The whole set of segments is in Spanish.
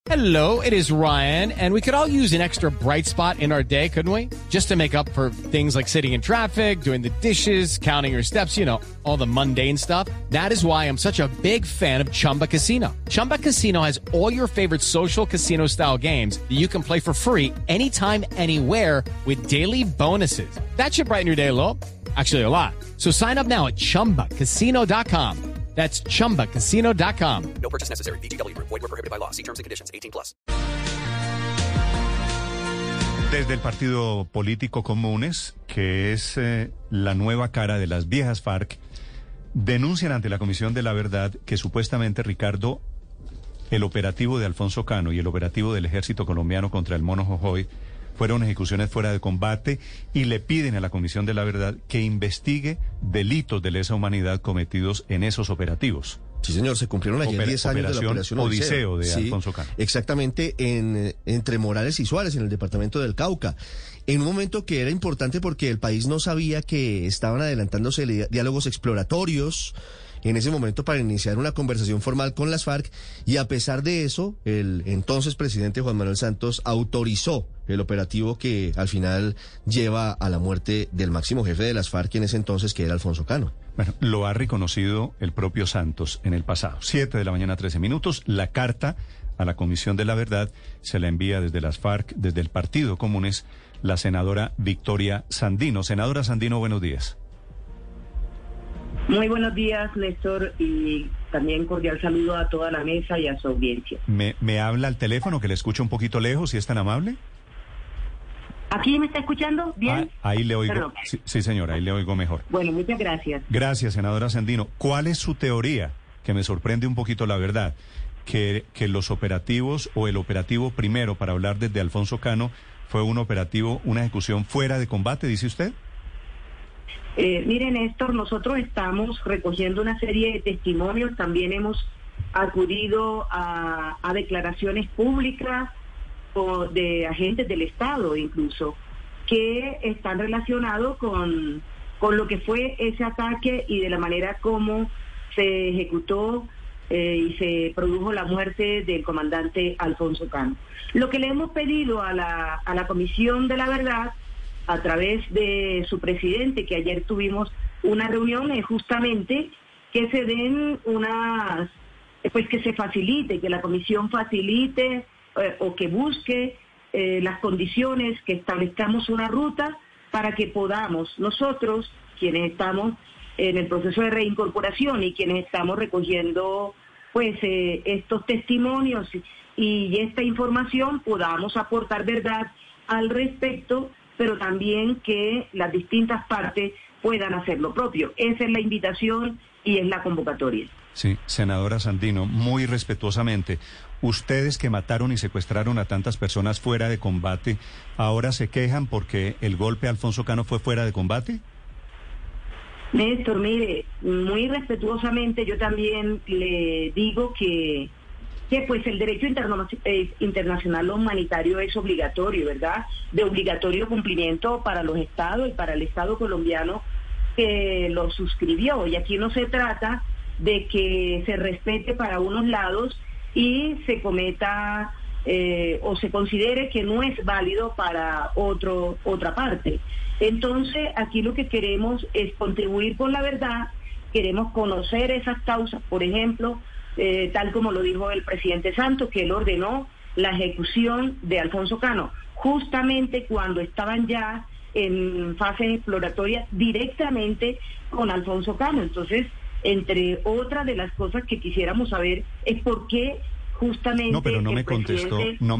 Hello, it is Ryan, and we could all use an extra bright spot in our day, couldn't we? Just to make up for things like sitting in traffic, doing the dishes, counting your steps, you know, all the mundane stuff. That is why I'm such a big fan of Chumba Casino. Chumba Casino has all your favorite social casino-style games that you can play for free anytime, anywhere with daily bonuses. That should brighten your day a little. Actually, a lot. So sign up now at ChumbaCasino.com. That's ChumbaCasino.com. No purchase necessary. VGW Group. Void where prohibited by law. See terms and conditions. 18+. Desde el partido político Comunes, que es la nueva cara de las viejas FARC, denuncian ante la Comisión de la Verdad que supuestamente, Ricardo, el operativo de Alfonso Cano y el operativo del Ejército Colombiano contra el Mono Jojoy fueron ejecuciones fuera de combate, y le piden a la Comisión de la Verdad que investigue delitos de lesa humanidad cometidos en esos operativos. Sí, señor, se cumplieron ayer 10 años de la Operación Odiseo de sí, Alfonso Cano. Exactamente, entre Morales y Suárez, en el departamento del Cauca. En un momento que era importante porque el país no sabía que estaban adelantándose diálogos exploratorios en ese momento para iniciar una conversación formal con las FARC, y a pesar de eso, el entonces presidente Juan Manuel Santos autorizó el operativo que al final lleva a la muerte del máximo jefe de las FARC en ese entonces, que era Alfonso Cano. Bueno, lo ha reconocido el propio Santos en el pasado. 7:13 a.m. La carta a la Comisión de la Verdad se la envía desde las FARC, desde el Partido Comunes, la senadora Victoria Sandino. Senadora Sandino, buenos días. Muy buenos días, Néstor, y también cordial saludo a toda la mesa y a su audiencia. ¿Me habla al teléfono, que le escucho un poquito lejos, si es tan amable? ¿Aquí me está escuchando? ¿Bien? Ahí le oigo. Perdón. Sí, señora, ahí le oigo mejor. Bueno, muchas gracias. Gracias, senadora Sandino. ¿Cuál es su teoría? Que me sorprende un poquito, la verdad. Que los operativos, o el operativo primero, para hablar desde Alfonso Cano, fue un operativo, una ejecución fuera de combate, dice usted. Mire, Néstor, nosotros estamos recogiendo una serie de testimonios, también hemos acudido a declaraciones públicas o de agentes del Estado incluso, que están relacionados con lo que fue ese ataque y de la manera como se ejecutó y se produjo la muerte del comandante Alfonso Cano. Lo que le hemos pedido a la Comisión de la Verdad, a través de su presidente, que ayer tuvimos una reunión, es justamente que se den que se facilite, que la comisión facilite o que busque las condiciones, que establezcamos una ruta para que podamos nosotros, quienes estamos en el proceso de reincorporación y quienes estamos recogiendo estos testimonios y esta información, podamos aportar verdad al respecto, pero también que las distintas partes puedan hacer lo propio. Esa es la invitación y es la convocatoria. Sí, senadora Sandino, muy respetuosamente, ustedes que mataron y secuestraron a tantas personas fuera de combate, ¿ahora se quejan porque el golpe a Alfonso Cano fue fuera de combate? Néstor, mire, muy respetuosamente yo también le digo que pues el derecho internacional humanitario es obligatorio, ¿verdad? De obligatorio cumplimiento para los estados y para el Estado colombiano que lo suscribió. Y aquí no se trata de que se respete para unos lados y se cometa o se considere que no es válido para otra parte. Entonces, aquí lo que queremos es contribuir con la verdad, queremos conocer esas causas, por ejemplo, tal como lo dijo el presidente Santos, que él ordenó la ejecución de Alfonso Cano, justamente cuando estaban ya en fases exploratorias directamente con Alfonso Cano. Entonces, entre otras de las cosas que quisiéramos saber es por qué justamente no me contestó,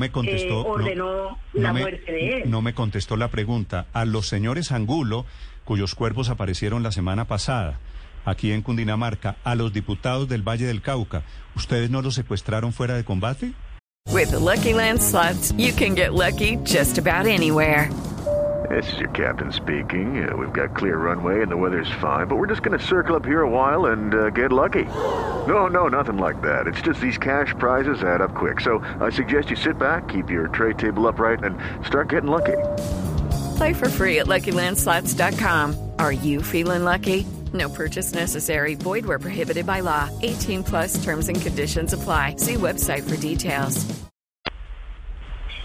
ordenó la muerte de él. No me contestó la pregunta. A los señores Angulo, cuyos cuerpos aparecieron la semana pasada aquí en Cundinamarca, a los diputados del Valle del Cauca, ¿ustedes no los secuestraron fuera de combate? With the Lucky Land Slots, you can get lucky just about anywhere. This is your captain speaking. We've got clear runway and the weather's fine, but we're just going to circle up here a while and get lucky. No, nothing like that. It's just these cash prizes add up quick. So I suggest you sit back, keep your tray table upright, and start getting lucky. Play for free at LuckyLandSlots.com. Are you feeling lucky? No purchase necessary. Void where prohibited by law. 18+ terms and conditions apply. See website for details.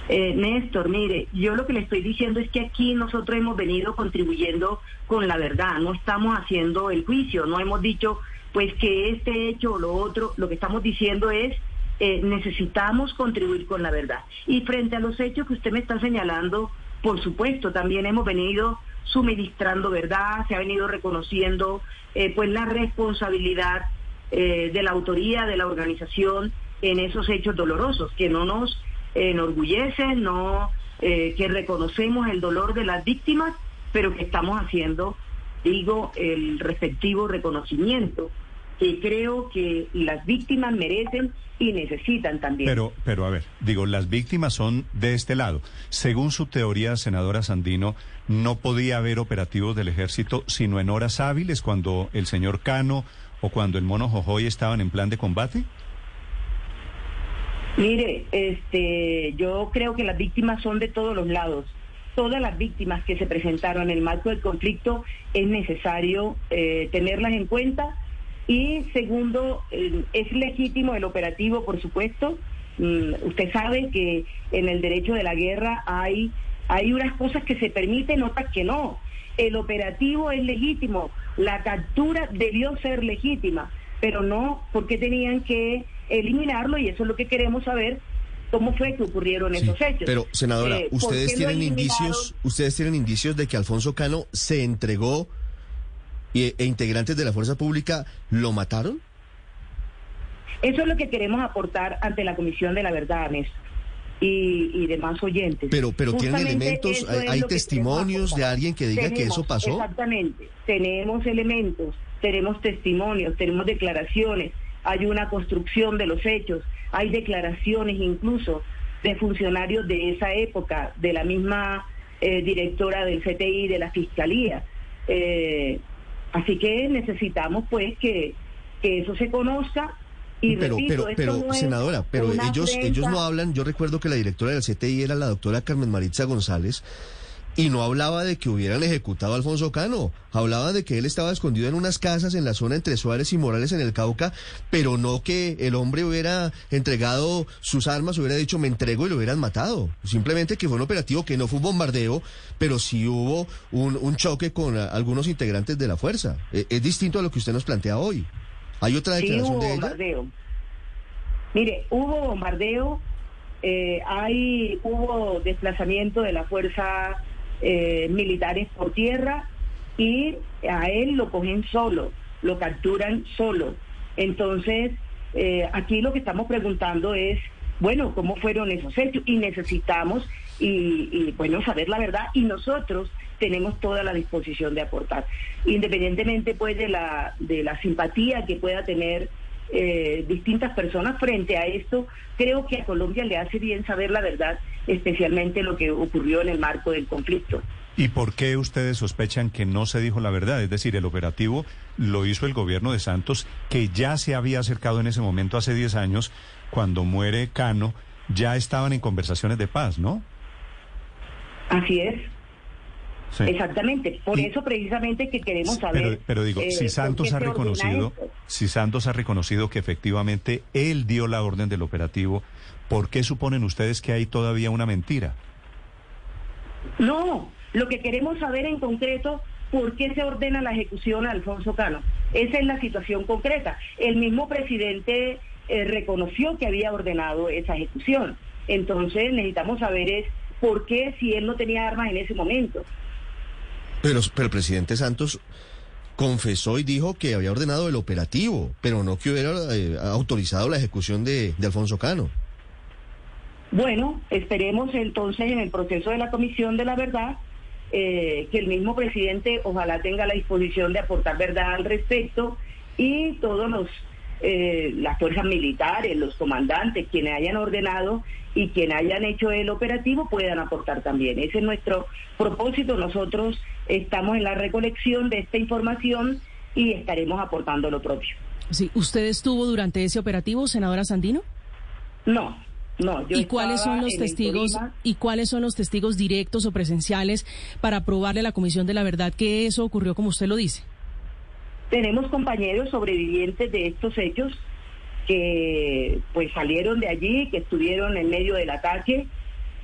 Néstor, mire, yo lo que le estoy diciendo es que aquí nosotros hemos venido contribuyendo con la verdad, no estamos haciendo el juicio, no hemos dicho pues que este hecho o lo otro, lo que estamos diciendo es necesitamos contribuir con la verdad. Y frente a los hechos que usted me está señalando, por supuesto, también hemos venido suministrando verdad, se ha venido reconociendo pues la responsabilidad de la autoría, de la organización en esos hechos dolorosos, que no nos enorgullecen, no, que reconocemos el dolor de las víctimas, pero que estamos haciendo, digo, el respectivo reconocimiento que creo que las víctimas merecen y necesitan también. Pero a ver, digo, las víctimas son de este lado. Según su teoría, senadora Sandino, ¿no podía haber operativos del ejército sino en horas hábiles cuando el señor Cano o cuando el mono Jojoy estaban en plan de combate? Mire, yo creo que las víctimas son de todos los lados. Todas las víctimas que se presentaron en el marco del conflicto es necesario tenerlas en cuenta. Y segundo, es legítimo el operativo, por supuesto. Usted sabe que en el derecho de la guerra hay unas cosas que se permiten, otras que no. El operativo es legítimo, la captura debió ser legítima, pero no porque tenían que eliminarlo, y eso es lo que queremos saber, cómo fue que ocurrieron esos hechos. Pero, senadora, ¿ustedes tienen indicios de que Alfonso Cano se entregó e integrantes de la fuerza pública lo mataron? Eso es lo que queremos aportar ante la Comisión de la Verdad, Néstor, y demás oyentes. Pero tienen elementos, hay testimonios de alguien que diga que eso pasó. Exactamente, tenemos elementos, tenemos testimonios, tenemos declaraciones, hay una construcción de los hechos, hay declaraciones incluso de funcionarios de esa época, de la misma directora del CTI, de la Fiscalía. Así que necesitamos pues que eso se conozca. Y repito, pero senadora, pero ellos no hablan. Yo recuerdo que la directora del CTI era la doctora Carmen Maritza González, y no hablaba de que hubieran ejecutado a Alfonso Cano, hablaba de que él estaba escondido en unas casas en la zona entre Suárez y Morales en el Cauca, pero no que el hombre hubiera entregado sus armas, hubiera dicho me entrego y lo hubieran matado. Simplemente que fue un operativo que no fue un bombardeo, pero sí hubo un choque con algunos integrantes de la fuerza. Es distinto a lo que usted nos plantea hoy. ¿Hay otra declaración de ella? Bombardeo. Mire, hubo bombardeo, hubo desplazamiento de la fuerza militares por tierra, y a él lo cogen solo, lo capturan solo. Entonces, aquí lo que estamos preguntando es, bueno, ¿cómo fueron esos hechos? Y necesitamos, bueno, saber la verdad, y nosotros tenemos toda la disposición de aportar, independientemente pues de la simpatía que pueda tener distintas personas frente a esto. Creo que a Colombia le hace bien saber la verdad, especialmente lo que ocurrió en el marco del conflicto. ¿Y por qué ustedes sospechan que no se dijo la verdad? Es decir, el operativo lo hizo el gobierno de Santos, que ya se había acercado en ese momento, hace 10 años, cuando muere Cano, ya estaban en conversaciones de paz, ¿no? Así es. Sí. Exactamente, por eso precisamente que queremos saber. Pero digo, si Santos ha reconocido que efectivamente él dio la orden del operativo, ¿por qué suponen ustedes que hay todavía una mentira? No, lo que queremos saber en concreto, ¿por qué se ordena la ejecución a Alfonso Cano? Esa es la situación concreta. El mismo presidente reconoció que había ordenado esa ejecución. Entonces necesitamos saber es por qué, si él no tenía armas en ese momento. Pero el presidente Santos confesó y dijo que había ordenado el operativo, pero no que hubiera autorizado la ejecución de Alfonso Cano. Bueno, esperemos entonces en el proceso de la Comisión de la Verdad que el mismo presidente ojalá tenga la disposición de aportar verdad al respecto, y todos las fuerzas militares, los comandantes, quienes hayan ordenado y quienes hayan hecho el operativo puedan aportar también. Ese es nuestro propósito. Nosotros estamos en la recolección de esta información y estaremos aportando lo propio. Sí, ¿usted estuvo durante ese operativo, senadora Sandino? No, yo ¿Y cuáles son los testigos directos o presenciales para probarle a la Comisión de la Verdad que eso ocurrió como usted lo dice? Tenemos compañeros sobrevivientes de estos hechos que pues salieron de allí, que estuvieron en medio del ataque,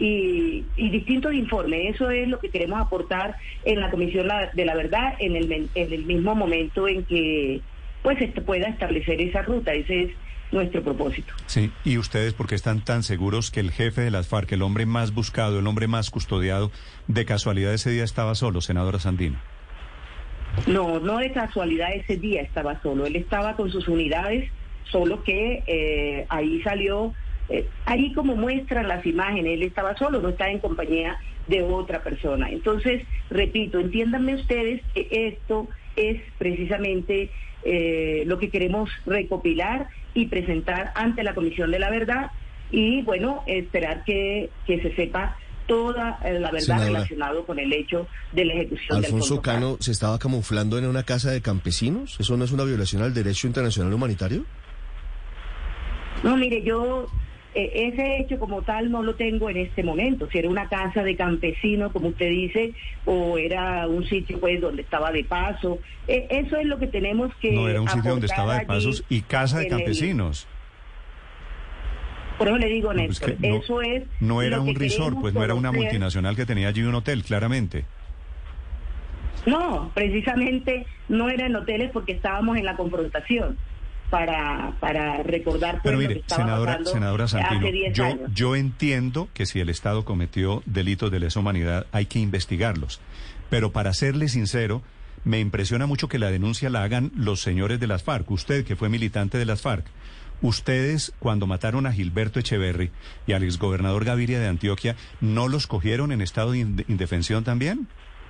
y distintos informes. Eso es lo que queremos aportar en la Comisión de la Verdad en el mismo momento en que pues se pueda establecer esa ruta. Ese es nuestro propósito. Sí, ¿y ustedes por qué están tan seguros que el jefe de las FARC, el hombre más buscado, el hombre más custodiado, de casualidad ese día estaba solo, senadora Sandino? No de casualidad ese día estaba solo. Él estaba con sus unidades, solo que ahí salió, ahí como muestran las imágenes, él estaba solo, no estaba en compañía de otra persona. Entonces, repito, entiéndanme ustedes que esto es precisamente lo que queremos recopilar y presentar ante la Comisión de la Verdad y, bueno, esperar que se sepa toda la verdad, senadora, relacionado con el hecho de la ejecución del Alfonso Fondo Cano FARC. ¿Se estaba camuflando en una casa de campesinos? ¿Eso no es una violación al derecho internacional humanitario? No, mire, yo ese hecho como tal no lo tengo en este momento. Si era una casa de campesinos, como usted dice, o era un sitio pues donde estaba de paso, eso es lo que tenemos que no, era un sitio donde estaba de pasos y casa de campesinos. Por eso le digo, Néstor, pues que no, eso es... No era un resort, pues no era una multinacional que tenía allí un hotel, claramente. No, precisamente no era en hoteles porque estábamos en la confrontación para recordar... Pero pues, mire, lo que estaba senadora Sandino, hace 10 años. yo entiendo que si el Estado cometió delitos de lesa humanidad hay que investigarlos. Pero para serle sincero, me impresiona mucho que la denuncia la hagan los señores de las FARC. Usted, que fue militante de las FARC. Ustedes, cuando mataron a Gilberto Echeverry y al exgobernador Gaviria de Antioquia, ¿no los cogieron en estado de indefensión también?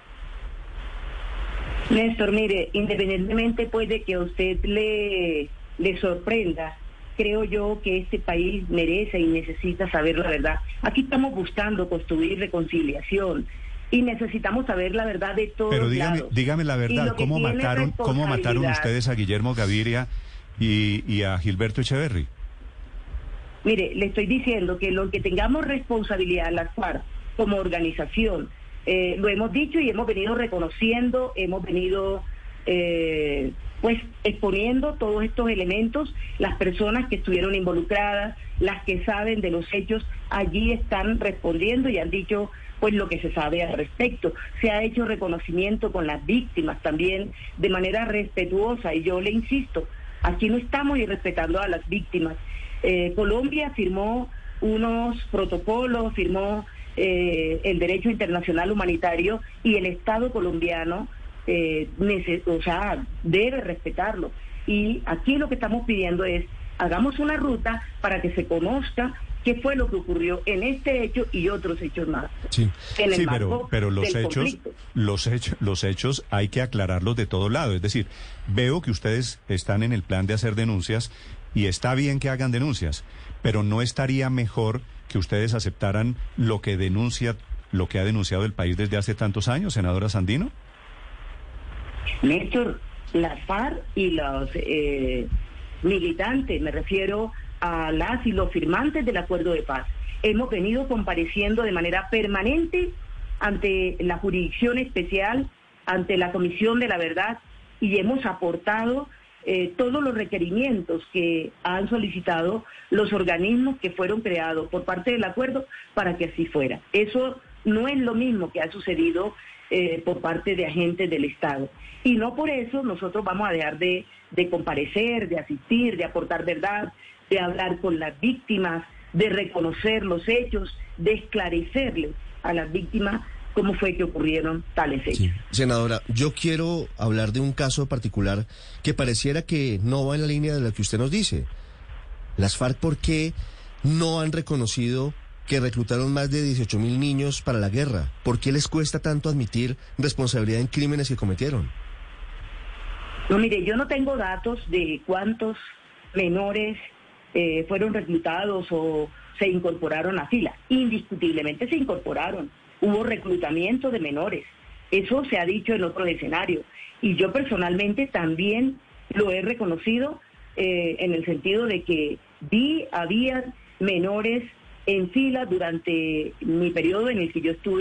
Néstor, mire, independientemente pues de que a usted le sorprenda, creo yo que este país merece y necesita saber la verdad. Aquí estamos buscando construir reconciliación y necesitamos saber la verdad de todos lados. Pero dígame la verdad, ¿cómo mataron ustedes a Guillermo Gaviria y a Gilberto Echeverry? Mire, le estoy diciendo que lo que tengamos responsabilidad las FARC como organización, lo hemos dicho y hemos venido reconociendo, hemos venido pues exponiendo todos estos elementos, las personas que estuvieron involucradas, las que saben de los hechos, allí están respondiendo y han dicho pues lo que se sabe al respecto. Se ha hecho reconocimiento con las víctimas también de manera respetuosa y yo le insisto, aquí no estamos irrespetando a las víctimas. Colombia firmó unos protocolos, firmó el derecho internacional humanitario y el Estado colombiano debe respetarlo. Y aquí lo que estamos pidiendo es, hagamos una ruta para que se conozca qué fue lo que ocurrió en este hecho y otros hechos más. Sí, pero los hechos hay que aclararlos de todo lado. Es decir, veo que ustedes están en el plan de hacer denuncias y está bien que hagan denuncias, pero ¿no estaría mejor que ustedes aceptaran lo que ha denunciado el país desde hace tantos años, senadora Sandino? Néstor, las FARC y los militantes, me refiero a las y los firmantes del acuerdo de paz, hemos venido compareciendo de manera permanente ante la jurisdicción especial, ante la Comisión de la Verdad, y hemos aportado todos los requerimientos que han solicitado los organismos que fueron creados por parte del acuerdo para que así fuera. Eso no es lo mismo que ha sucedido por parte de agentes del Estado. Y no por eso nosotros vamos a dejar de comparecer, de asistir, de aportar verdad, de hablar con las víctimas, de reconocer los hechos, de esclarecerles a las víctimas cómo fue que ocurrieron tales hechos. Sí. Senadora, yo quiero hablar de un caso particular que pareciera que no va en la línea de lo que usted nos dice. Las FARC, ¿por qué no han reconocido que reclutaron más de 18.000 niños para la guerra? ¿Por qué les cuesta tanto admitir responsabilidad en crímenes que cometieron? No, mire, yo no tengo datos de cuántos menores fueron reclutados o se incorporaron a fila. Indiscutiblemente se incorporaron. Hubo reclutamiento de menores. Eso se ha dicho en otros escenarios. Y yo personalmente también lo he reconocido en el sentido de que había menores en fila durante mi periodo en el que yo estuve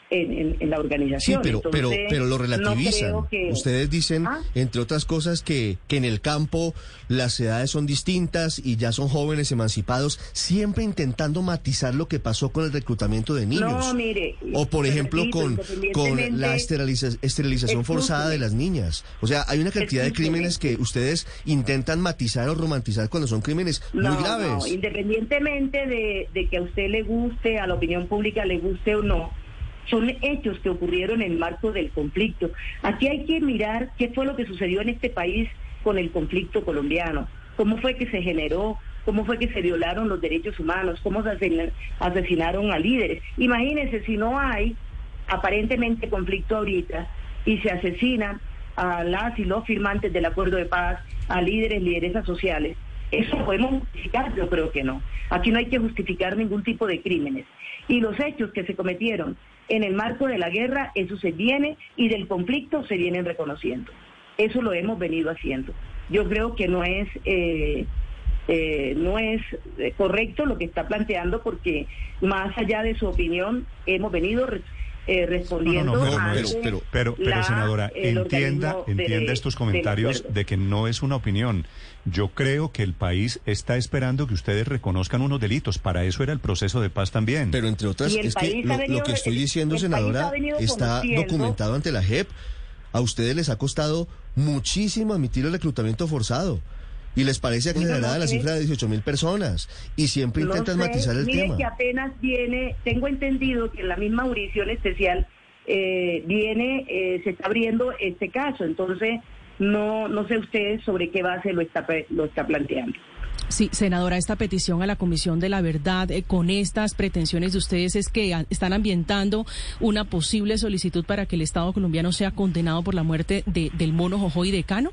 en la organización. Sí, pero lo no relativizan. creo que... Ustedes dicen, entre otras cosas, que en el campo las edades son distintas y ya son jóvenes emancipados, siempre intentando matizar lo que pasó con el reclutamiento de niños. No, mire, o, por ejemplo, con la esterilización Escúcheme. forzada de las niñas. O sea, hay una cantidad de crímenes que ustedes intentan matizar o romantizar cuando son crímenes muy graves. No, independientemente de que a usted le guste, a la opinión pública le guste o no, son hechos que ocurrieron en el marco del conflicto. Aquí hay que mirar qué fue lo que sucedió en este país con el conflicto colombiano, cómo fue que se generó, cómo fue que se violaron los derechos humanos, cómo se asesinaron a líderes. Imagínense si no hay aparentemente conflicto ahorita y se asesinan a las y los firmantes del acuerdo de paz, a líderes, lideresas sociales. ¿Eso podemos justificar? Yo creo que no. Aquí no hay que justificar ningún tipo de crímenes. Y los hechos que se cometieron en el marco de la guerra, eso se viene, y del conflicto se vienen reconociendo. Eso lo hemos venido haciendo. Yo creo que no es correcto lo que está planteando, porque más allá de su opinión, hemos venido respondiendo. Pero senadora, entienda estos comentarios de que no es una opinión. Yo creo que el país está esperando que ustedes reconozcan unos delitos. Para eso era el proceso de paz también. Pero entre otras, es que lo que estoy diciendo, senadora, está documentado ante la JEP. A ustedes les ha costado muchísimo admitir el reclutamiento forzado. Y les parece exagerada la cifra de 18.000 personas. Y siempre intentan matizar el tema. Que apenas viene, tengo entendido que en la misma jurisdicción especial se está abriendo este caso. Entonces, no sé ustedes sobre qué base lo está planteando. Sí, senadora, esta petición a la Comisión de la Verdad, con estas pretensiones de ustedes, es que están ambientando una posible solicitud para que el Estado colombiano sea condenado por la muerte del mono Jojoy de Cano.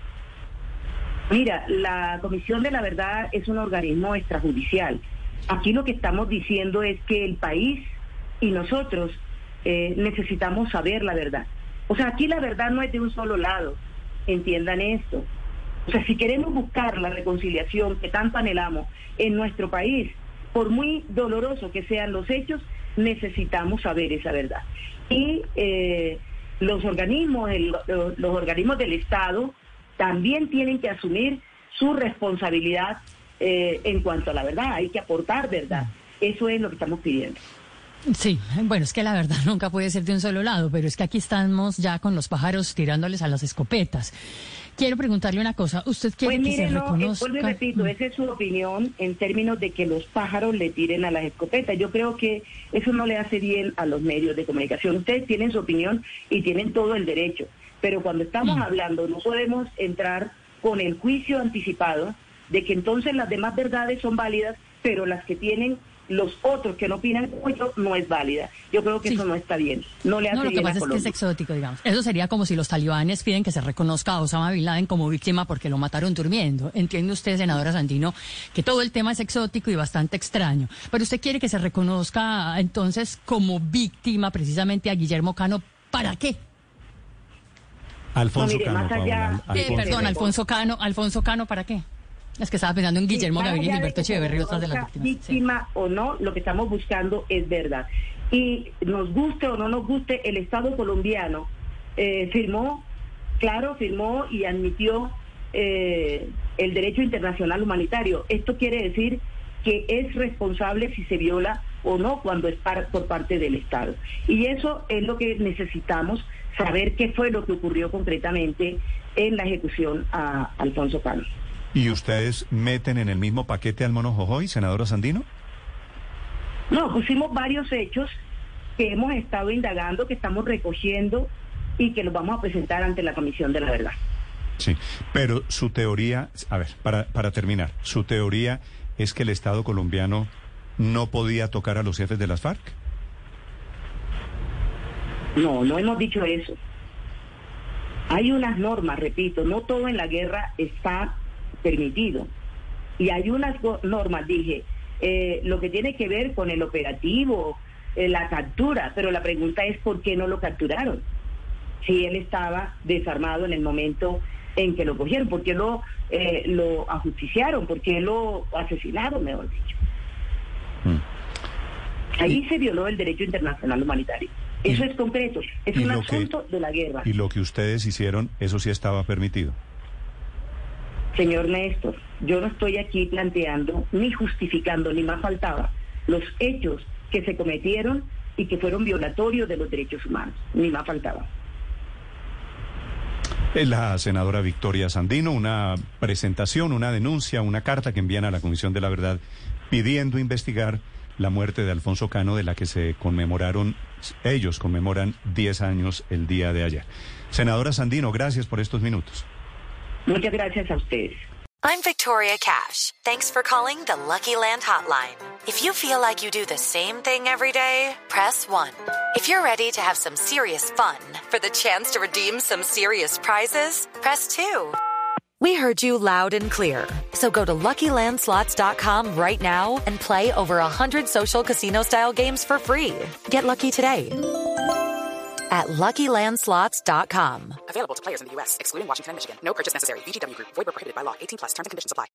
Mira, la Comisión de la Verdad es un organismo extrajudicial. Aquí lo que estamos diciendo es que el país y nosotros necesitamos saber la verdad. O sea, aquí la verdad no es de un solo lado, entiendan esto. O sea, si queremos buscar la reconciliación que tanto anhelamos en nuestro país, por muy doloroso que sean los hechos, necesitamos saber esa verdad. Y los organismos del Estado también tienen que asumir su responsabilidad en cuanto a la verdad. Hay que aportar verdad. Eso es lo que estamos pidiendo. Sí, bueno, es que la verdad nunca puede ser de un solo lado, pero es que aquí estamos ya con los pájaros tirándoles a las escopetas. Quiero preguntarle una cosa. ¿Usted quiere que se reconozca? Vuelvo y repito, esa es su opinión en términos de que los pájaros le tiren a las escopetas. Yo creo que eso no le hace bien a los medios de comunicación. Ustedes tienen su opinión y tienen todo el derecho. Pero cuando estamos hablando, no podemos entrar con el juicio anticipado de que entonces las demás verdades son válidas, pero las que tienen los otros que no opinan como yo no es válida. Yo creo que eso no está bien. No le hace bien a Colombia. Lo que pasa es que es exótico, digamos. Eso sería como si los talibanes piden que se reconozca a Osama Bin Laden como víctima porque lo mataron durmiendo. Entiende usted, senadora Sandino, que todo el tema es exótico y bastante extraño. Pero usted quiere que se reconozca entonces como víctima precisamente a Guillermo Cano. ¿Para qué? Alfonso Cano, Alfonso Cano, ¿para qué? Es que estaba pensando en Guillermo Gaviria y Gilberto Echeverri, otras de las víctimas. Víctima o no, lo que estamos buscando es verdad. Y nos guste o no nos guste, el Estado colombiano firmó y admitió el derecho internacional humanitario. Esto quiere decir que es responsable si se viola o no cuando es por parte del Estado. Y eso es lo que necesitamos, saber qué fue lo que ocurrió concretamente en la ejecución a Alfonso Cano. ¿Y ustedes meten en el mismo paquete al mono Jojoy, senadora Sandino? No, pusimos varios hechos que hemos estado indagando, que estamos recogiendo y que los vamos a presentar ante la Comisión de la Verdad. Sí, pero su teoría, a ver, para terminar, su teoría es que el Estado colombiano no podía tocar a los jefes de las FARC. No hemos dicho eso. Hay unas normas, repito, no todo en la guerra está permitido. Y hay unas normas, dije, lo que tiene que ver con el operativo, la captura, pero la pregunta es ¿por qué no lo capturaron? Si él estaba desarmado en el momento en que lo cogieron, ¿por qué lo ajusticiaron? ¿Por qué lo asesinaron, mejor dicho? Ahí se violó el derecho internacional humanitario. Eso es concreto, es un asunto de la guerra. Y lo que ustedes hicieron, eso sí estaba permitido. Señor Néstor, yo no estoy aquí planteando, ni justificando, ni más faltaba, los hechos que se cometieron y que fueron violatorios de los derechos humanos, ni más faltaba. Es la senadora Victoria Sandino, una presentación, una denuncia, una carta que envían a la Comisión de la Verdad pidiendo investigar la muerte de Alfonso Cano, de la que ellos conmemoran 10 años el día de ayer. Senadora Sandino, gracias por estos minutos. Muchas gracias a ustedes. I'm Victoria Cash. Thanks for calling the Lucky Land Hotline. If you feel like you do the same thing every day, press 1. If you're ready to have some serious fun for the chance to redeem some serious prizes, press 2. We heard you loud and clear. So go to LuckyLandSlots.com right now and play over 100 social casino-style games for free. Get lucky today at LuckyLandSlots.com. Available to players in the U.S., excluding Washington and Michigan. No purchase necessary. VGW Group. Void where prohibited by law. 18+. Terms and conditions apply.